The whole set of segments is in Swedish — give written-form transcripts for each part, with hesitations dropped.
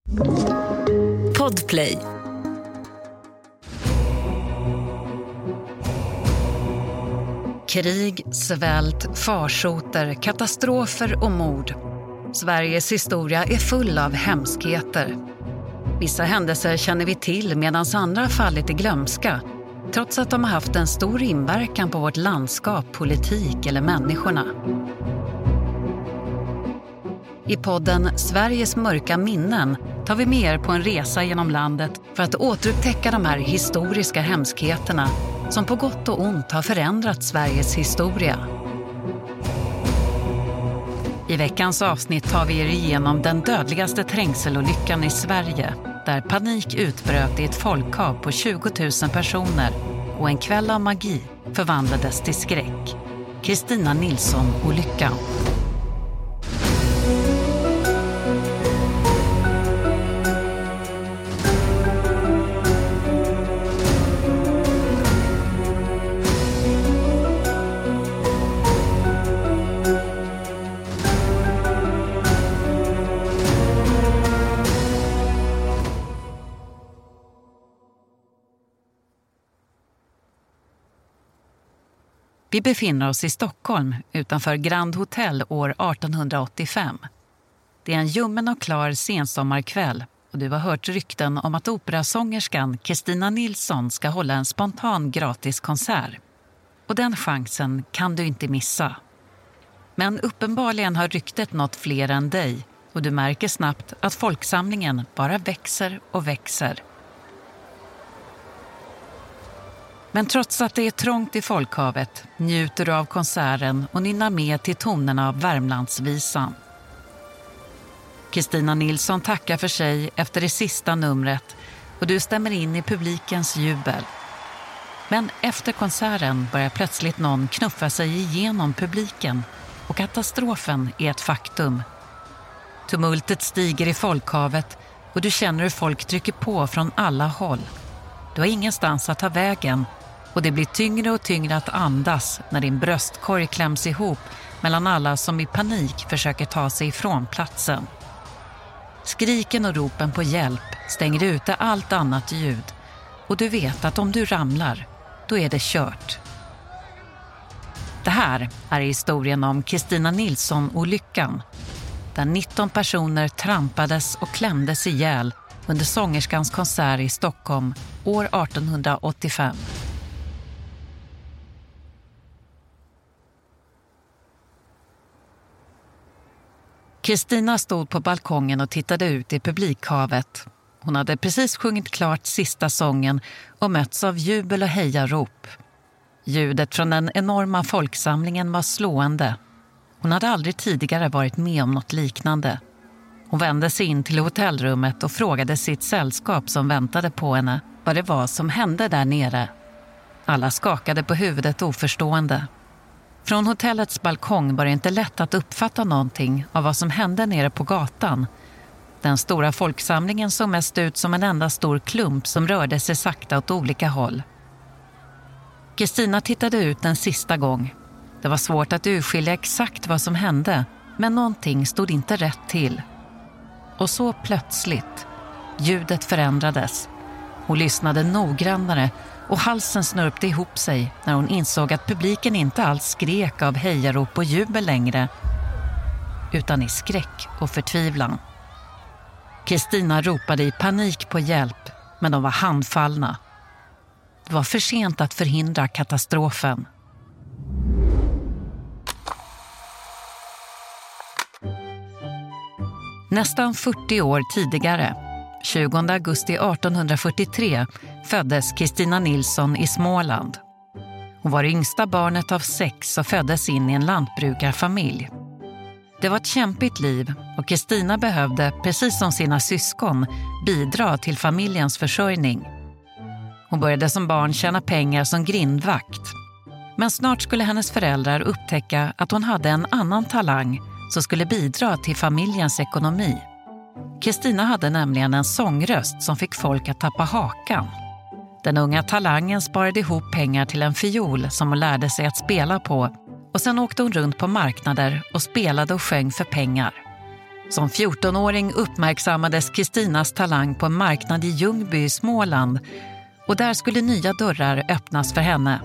Podplay. Krig, svält, farsoter, katastrofer och mord. Sveriges historia är full av hemskheter. Vissa händelser känner vi till medan andra fallit i glömska, trots att de har haft en stor inverkan på vårt landskap, politik eller människorna. I podden Sveriges mörka minnen tar vi med er på en resa genom landet för att återupptäcka de här historiska hemskheterna som på gott och ont har förändrat Sveriges historia. I veckans avsnitt tar vi er igenom den dödligaste trängselolyckan i Sverige, där panik utbröt i ett folkhav på 20 000 personer och en kväll av magi förvandlades till skräck. Christina Nilsson-olyckan. Vi befinner oss i Stockholm utanför Grand Hotel år 1885. Det är en ljummen och klar sensommarkväll och du har hört rykten om att operasångerskan Christina Nilsson ska hålla en spontan gratis konsert. Och den chansen kan du inte missa. Men uppenbarligen har ryktet nått fler än dig och du märker snabbt att folksamlingen bara växer och växer. Men trots att det är trångt i folkhavet njuter du av konserten och nynnar med till tonerna av Värmlandsvisan. Christina Nilsson tackar för sig efter det sista numret och du stämmer in i publikens jubel. Men efter konserten börjar plötsligt någon knuffa sig igenom publiken och katastrofen är ett faktum. Tumultet stiger i folkhavet och du känner hur folk trycker på från alla håll. Du har ingenstans att ta vägen och det blir tyngre och tyngre att andas när din bröstkorg kläms ihop mellan alla som i panik försöker ta sig ifrån platsen. Skriken och ropen på hjälp stänger ute allt annat ljud och du vet att om du ramlar, då är det kört. Det här är historien om Christina Nilsson-olyckan, där 19 personer trampades och klämdes ihjäl under sångerskans konsert i Stockholm år 1885. Christina stod på balkongen och tittade ut i publikhavet. Hon hade precis sjungit klart sista sången och mötts av jubel och hejarop. Ljudet från den enorma folksamlingen var slående. Hon hade aldrig tidigare varit med om något liknande. Hon vände sig in till hotellrummet och frågade sitt sällskap som väntade på henne vad det var som hände där nere. Alla skakade på huvudet oförstående. Från hotellets balkong var det inte lätt att uppfatta någonting av vad som hände nere på gatan. Den stora folksamlingen såg mest ut som en enda stor klump som rörde sig sakta åt olika håll. Christina tittade ut en sista gång. Det var svårt att urskilja exakt vad som hände, men någonting stod inte rätt till. Och så plötsligt, ljudet förändrades. Hon lyssnade noggrannare och halsen snurpte ihop sig när hon insåg att publiken inte alls skrek av hejarop och jubel längre, utan i skräck och förtvivlan. Christina ropade i panik på hjälp, men de var handfallna. Det var för sent att förhindra katastrofen. Nästan 40 år tidigare, 20 augusti 1843, föddes Christina Nilsson i Småland. Hon var det yngsta barnet av 6 och föddes in i en lantbrukarfamilj. Det var ett kämpigt liv och Christina behövde, precis som sina syskon, bidra till familjens försörjning. Hon började som barn tjäna pengar som grindvakt. Men snart skulle hennes föräldrar upptäcka att hon hade en annan talang som skulle bidra till familjens ekonomi. Christina hade nämligen en sångröst som fick folk att tappa hakan. Den unga talangen sparade ihop pengar till en fiol som hon lärde sig att spela på och sen åkte hon runt på marknader och spelade och sjöng för pengar. Som 14-åring uppmärksammades Kristinas talang på en marknad i Ljungby i Småland och där skulle nya dörrar öppnas för henne.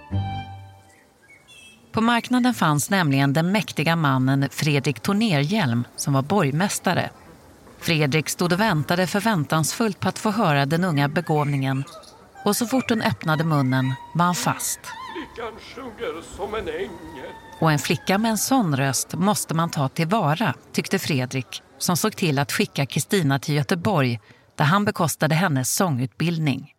På marknaden fanns nämligen den mäktiga mannen Fredrik Tornerhjelm som var borgmästare. Fredrik stod och väntade förväntansfullt på att få höra den unga begåvningen och så fort hon öppnade munnen var han fast. Flickan sjunger som en ängel. Och en flicka med en sån röst måste man ta tillvara, tyckte Fredrik, som såg till att skicka Kristina till Göteborg där han bekostade hennes sångutbildning.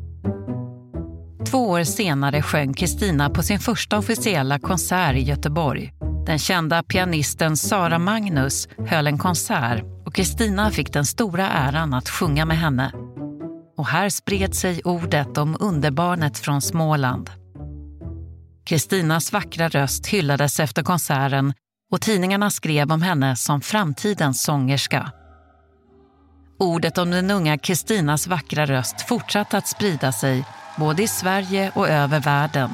2 år senare sjöng Kristina på sin första officiella konsert i Göteborg. Den kända pianisten Sara Magnus höll en konsert och Kristina fick den stora äran att sjunga med henne. Och här spred sig ordet om underbarnet från Småland. Kristinas vackra röst hyllades efter konserten och tidningarna skrev om henne som framtidens sångerska. Ordet om den unga Kristinas vackra röst fortsatte att sprida sig både i Sverige och över världen.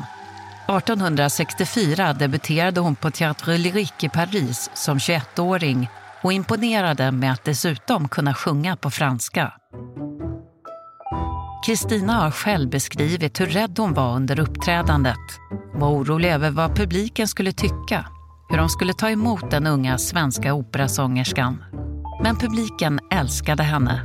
1864 debuterade hon på Théâtre Lyrique i Paris som 21-åring och imponerade med att dessutom kunna sjunga på franska. Kristina har själv beskrivit hur rädd hon var under uppträdandet. Hon var orolig över vad publiken skulle tycka, hur de skulle ta emot den unga svenska operasångerskan. Men publiken älskade henne.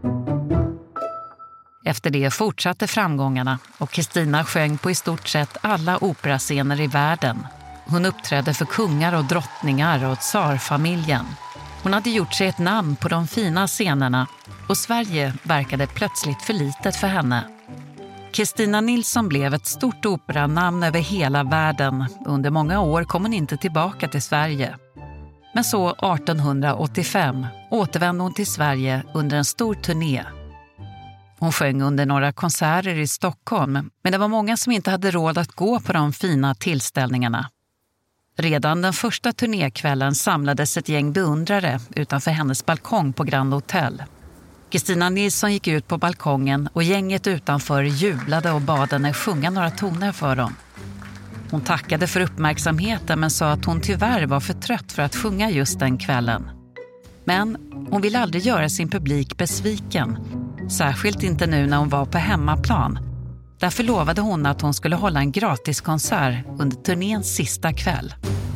Efter det fortsatte framgångarna och Kristina sjöng på i stort sett alla operascener i världen. Hon uppträdde för kungar och drottningar och tsarfamiljen. Hon hade gjort sig ett namn på de fina scenerna och Sverige verkade plötsligt för litet för henne. Kristina Nilsson blev ett stort operanamn över hela världen. Under många år kom hon inte tillbaka till Sverige. Men så 1885 återvände hon till Sverige under en stor turné. Hon sjöng under några konserter i Stockholm, men det var många som inte hade råd att gå på de fina tillställningarna. Redan den första turnékvällen samlades ett gäng beundrare utanför hennes balkong på Grand Hotel. Kristina Nilsson gick ut på balkongen och gänget utanför jublade och bad henne sjunga några toner för dem. Hon tackade för uppmärksamheten men sa att hon tyvärr var för trött för att sjunga just den kvällen. Men hon ville aldrig göra sin publik besviken, särskilt inte nu när hon var på hemmaplan. Därför lovade hon att hon skulle hålla en gratiskonsert under turnéns sista kväll.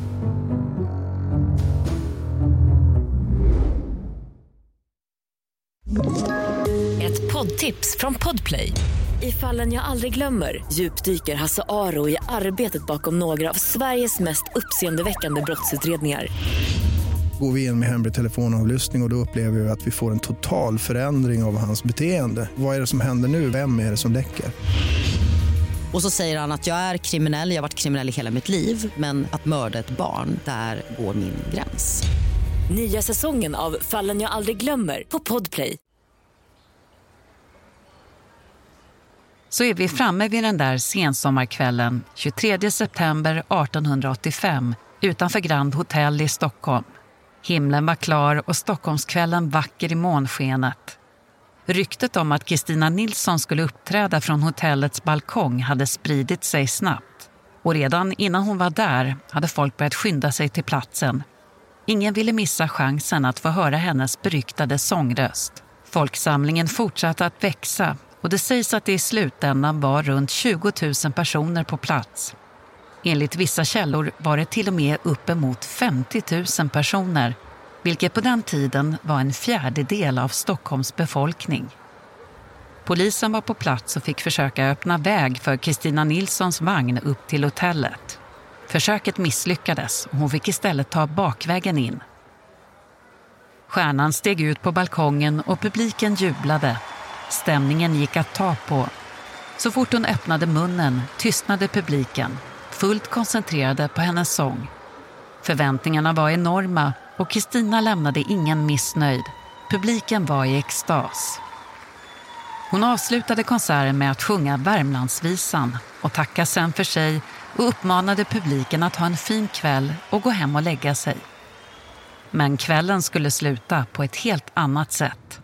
Ett poddtips från Podplay. I Fallen jag aldrig glömmer djupdyker Hasse Aro i arbetet bakom några av Sveriges mest uppseendeväckande brottsutredningar. Går vi in med hemlig telefonavlyssning och då upplever vi att vi får en total förändring av hans beteende. Vad är det som händer nu? Vem är det som läcker? Och så säger han att jag är kriminell, jag har varit kriminell i hela mitt liv. Men att mörda ett barn, där går min gräns. Nya säsongen av Fallen jag aldrig glömmer på Podplay. Så är vi framme vid den där sensommarkvällen 23 september 1885 utanför Grand Hotel i Stockholm. Himlen var klar och Stockholmskvällen vacker i månskenet. Ryktet om att Kristina Nilsson skulle uppträda från hotellets balkong hade spridit sig snabbt. Och redan innan hon var där hade folk börjat skynda sig till platsen. Ingen ville missa chansen att få höra hennes beryktade sångröst. Folksamlingen fortsatte att växa och det sägs att det i slutändan var runt 20 000 personer på plats. Enligt vissa källor var det till och med uppemot 50 000 personer, vilket på den tiden var en fjärdedel av Stockholms befolkning. Polisen var på plats och fick försöka öppna väg för Kristina Nilssons vagn upp till hotellet. Försöket misslyckades och hon fick istället ta bakvägen in. Stjärnan steg ut på balkongen och publiken jublade. Stämningen gick att ta på. Så fort hon öppnade munnen tystnade publiken, fullt koncentrerade på hennes sång. Förväntningarna var enorma och Kristina lämnade ingen missnöjd. Publiken var i extas. Hon avslutade konserten med att sjunga Värmlandsvisan och tacka sen för sig och uppmanade publiken att ha en fin kväll och gå hem och lägga sig. Men kvällen skulle sluta på ett helt annat sätt.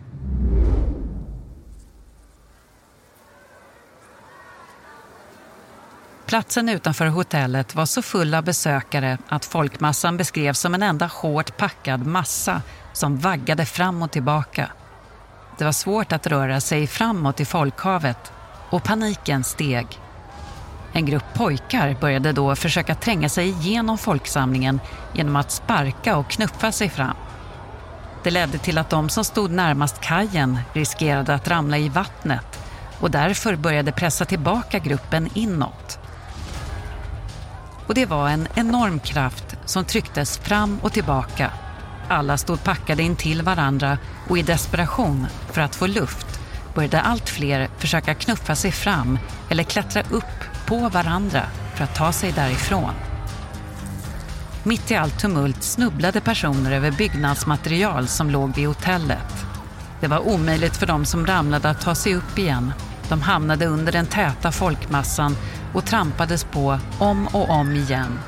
Platsen utanför hotellet var så full av besökare att folkmassan beskrevs som en enda hårt packad massa som vaggade fram och tillbaka. Det var svårt att röra sig framåt i folkhavet och paniken steg. En grupp pojkar började då försöka tränga sig igenom folksamlingen genom att sparka och knuffa sig fram. Det ledde till att de som stod närmast kajen riskerade att ramla i vattnet och därför började pressa tillbaka gruppen inåt. Och det var en enorm kraft som trycktes fram och tillbaka. Alla stod packade in till varandra och i desperation för att få luft började allt fler försöka knuffa sig fram eller klättra upp på varandra för att ta sig därifrån. Mitt i allt tumult snubblade personer över byggnadsmaterial som låg vid hotellet. Det var omöjligt för dem som ramlade att ta sig upp igen. De hamnade under den täta folkmassan och trampades på om och om igen.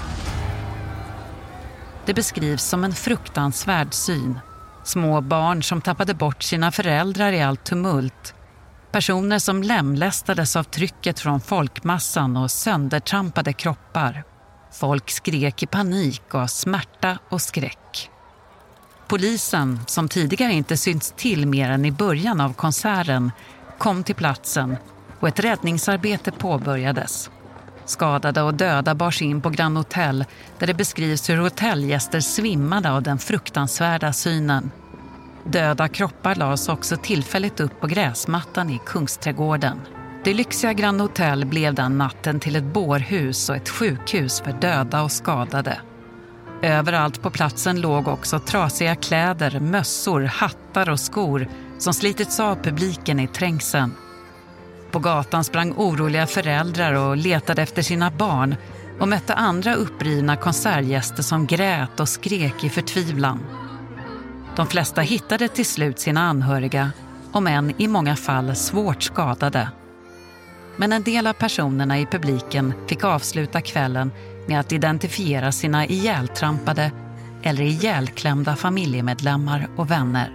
Det beskrivs som en fruktansvärd syn. Små barn som tappade bort sina föräldrar i allt tumult. Personer som lemlästades av trycket från folkmassan och söndertrampade kroppar. Folk skrek i panik och smärta och skräck. Polisen, som tidigare inte synts till mer än i början av konserten, kom till platsen och ett räddningsarbete påbörjades. Skadade och döda bars in på Grand Hotel där det beskrivs hur hotellgäster svimmade av den fruktansvärda synen. Döda kroppar lades också tillfälligt upp på gräsmattan i Kungsträdgården. Det lyxiga Grand Hotel blev den natten till ett bårhus och ett sjukhus för döda och skadade. Överallt på platsen låg också trasiga kläder, mössor, hattar och skor som slitits av publiken i trängseln. På gatan sprang oroliga föräldrar och letade efter sina barn och mötte andra upprivna konsertgäster som grät och skrek i förtvivlan. De flesta hittade till slut sina anhöriga, om än i många fall svårt skadade. Men en del av personerna i publiken fick avsluta kvällen med att identifiera sina ihjältrampade eller ihjälklämda familjemedlemmar och vänner.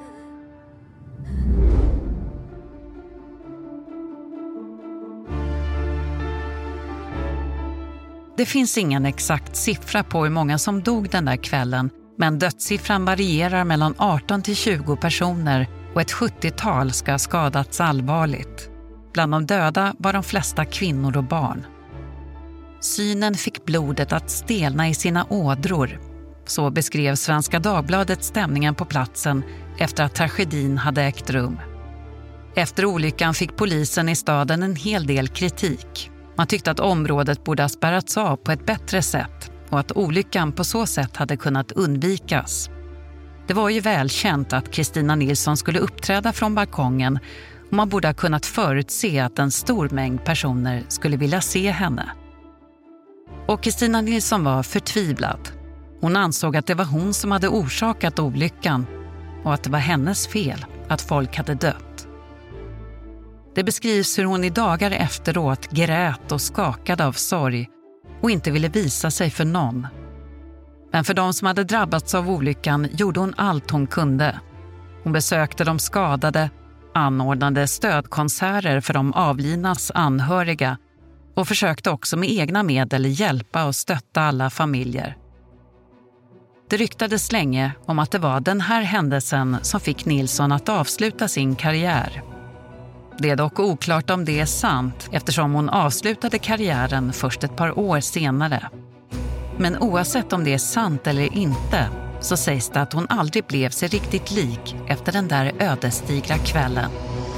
Det finns ingen exakt siffra på hur många som dog den där kvällen, men dödssiffran varierar mellan 18 till 20 personer och ett 70-tal ska ha skadats allvarligt. Bland de döda var de flesta kvinnor och barn. Synen fick blodet att stelna i sina ådror. Så beskrev Svenska Dagbladet stämningen på platsen efter att tragedin hade ägt rum. Efter olyckan fick polisen i staden en hel del kritik. Man tyckte att området borde ha spärrats av på ett bättre sätt och att olyckan på så sätt hade kunnat undvikas. Det var ju välkänt att Christina Nilsson skulle uppträda från balkongen och man borde ha kunnat förutse att en stor mängd personer skulle vilja se henne. Och Christina Nilsson var förtvivlad. Hon ansåg att det var hon som hade orsakat olyckan och att det var hennes fel att folk hade dött. Det beskrivs hur hon i dagar efteråt grät och skakade av sorg och inte ville visa sig för någon. Men för de som hade drabbats av olyckan gjorde hon allt hon kunde. Hon besökte de skadade, anordnade stödkonserter för de avlidnas anhöriga och försökte också med egna medel hjälpa och stötta alla familjer. Det ryktades länge om att det var den här händelsen som fick Nilsson att avsluta sin karriär. Det är dock oklart om det är sant eftersom hon avslutade karriären först ett par år senare. Men oavsett om det är sant eller inte så sägs det att hon aldrig blev sig riktigt lik efter den där ödesdigra kvällen.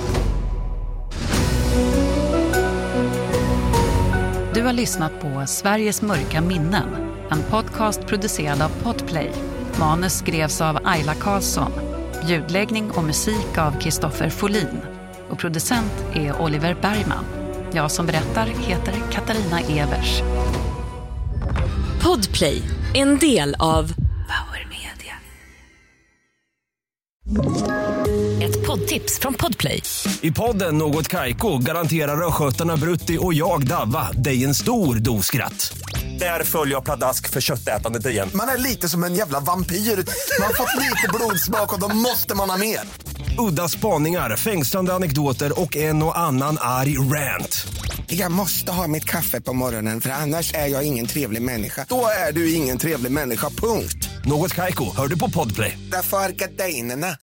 Du har lyssnat på Sveriges mörka minnen, en podcast producerad av Podplay. Manus skrevs av Ayla Karlsson, ljudläggning och musik av Kristoffer Folin och producent är Oliver Bergman. Jag som berättar heter Katarina Evers. Podplay, en del av Power Media. Ett poddtips från Podplay. I podden Något Kaiko garanterar röskötarna Brutti och jag Davva dig en stor doskratt. Där följer jag pladask för köttätandet igen. Man är lite som en jävla vampyr. Man har fått lite blodsmak och då måste man ha mer. Udda spaningar, fängslande anekdoter och en och annan arg rant. Jag måste ha mitt kaffe på morgonen för annars är jag ingen trevlig människa. Då är du ingen trevlig människa, punkt. Något Kaiko, hör du på Podplay. Därför är gardinerna.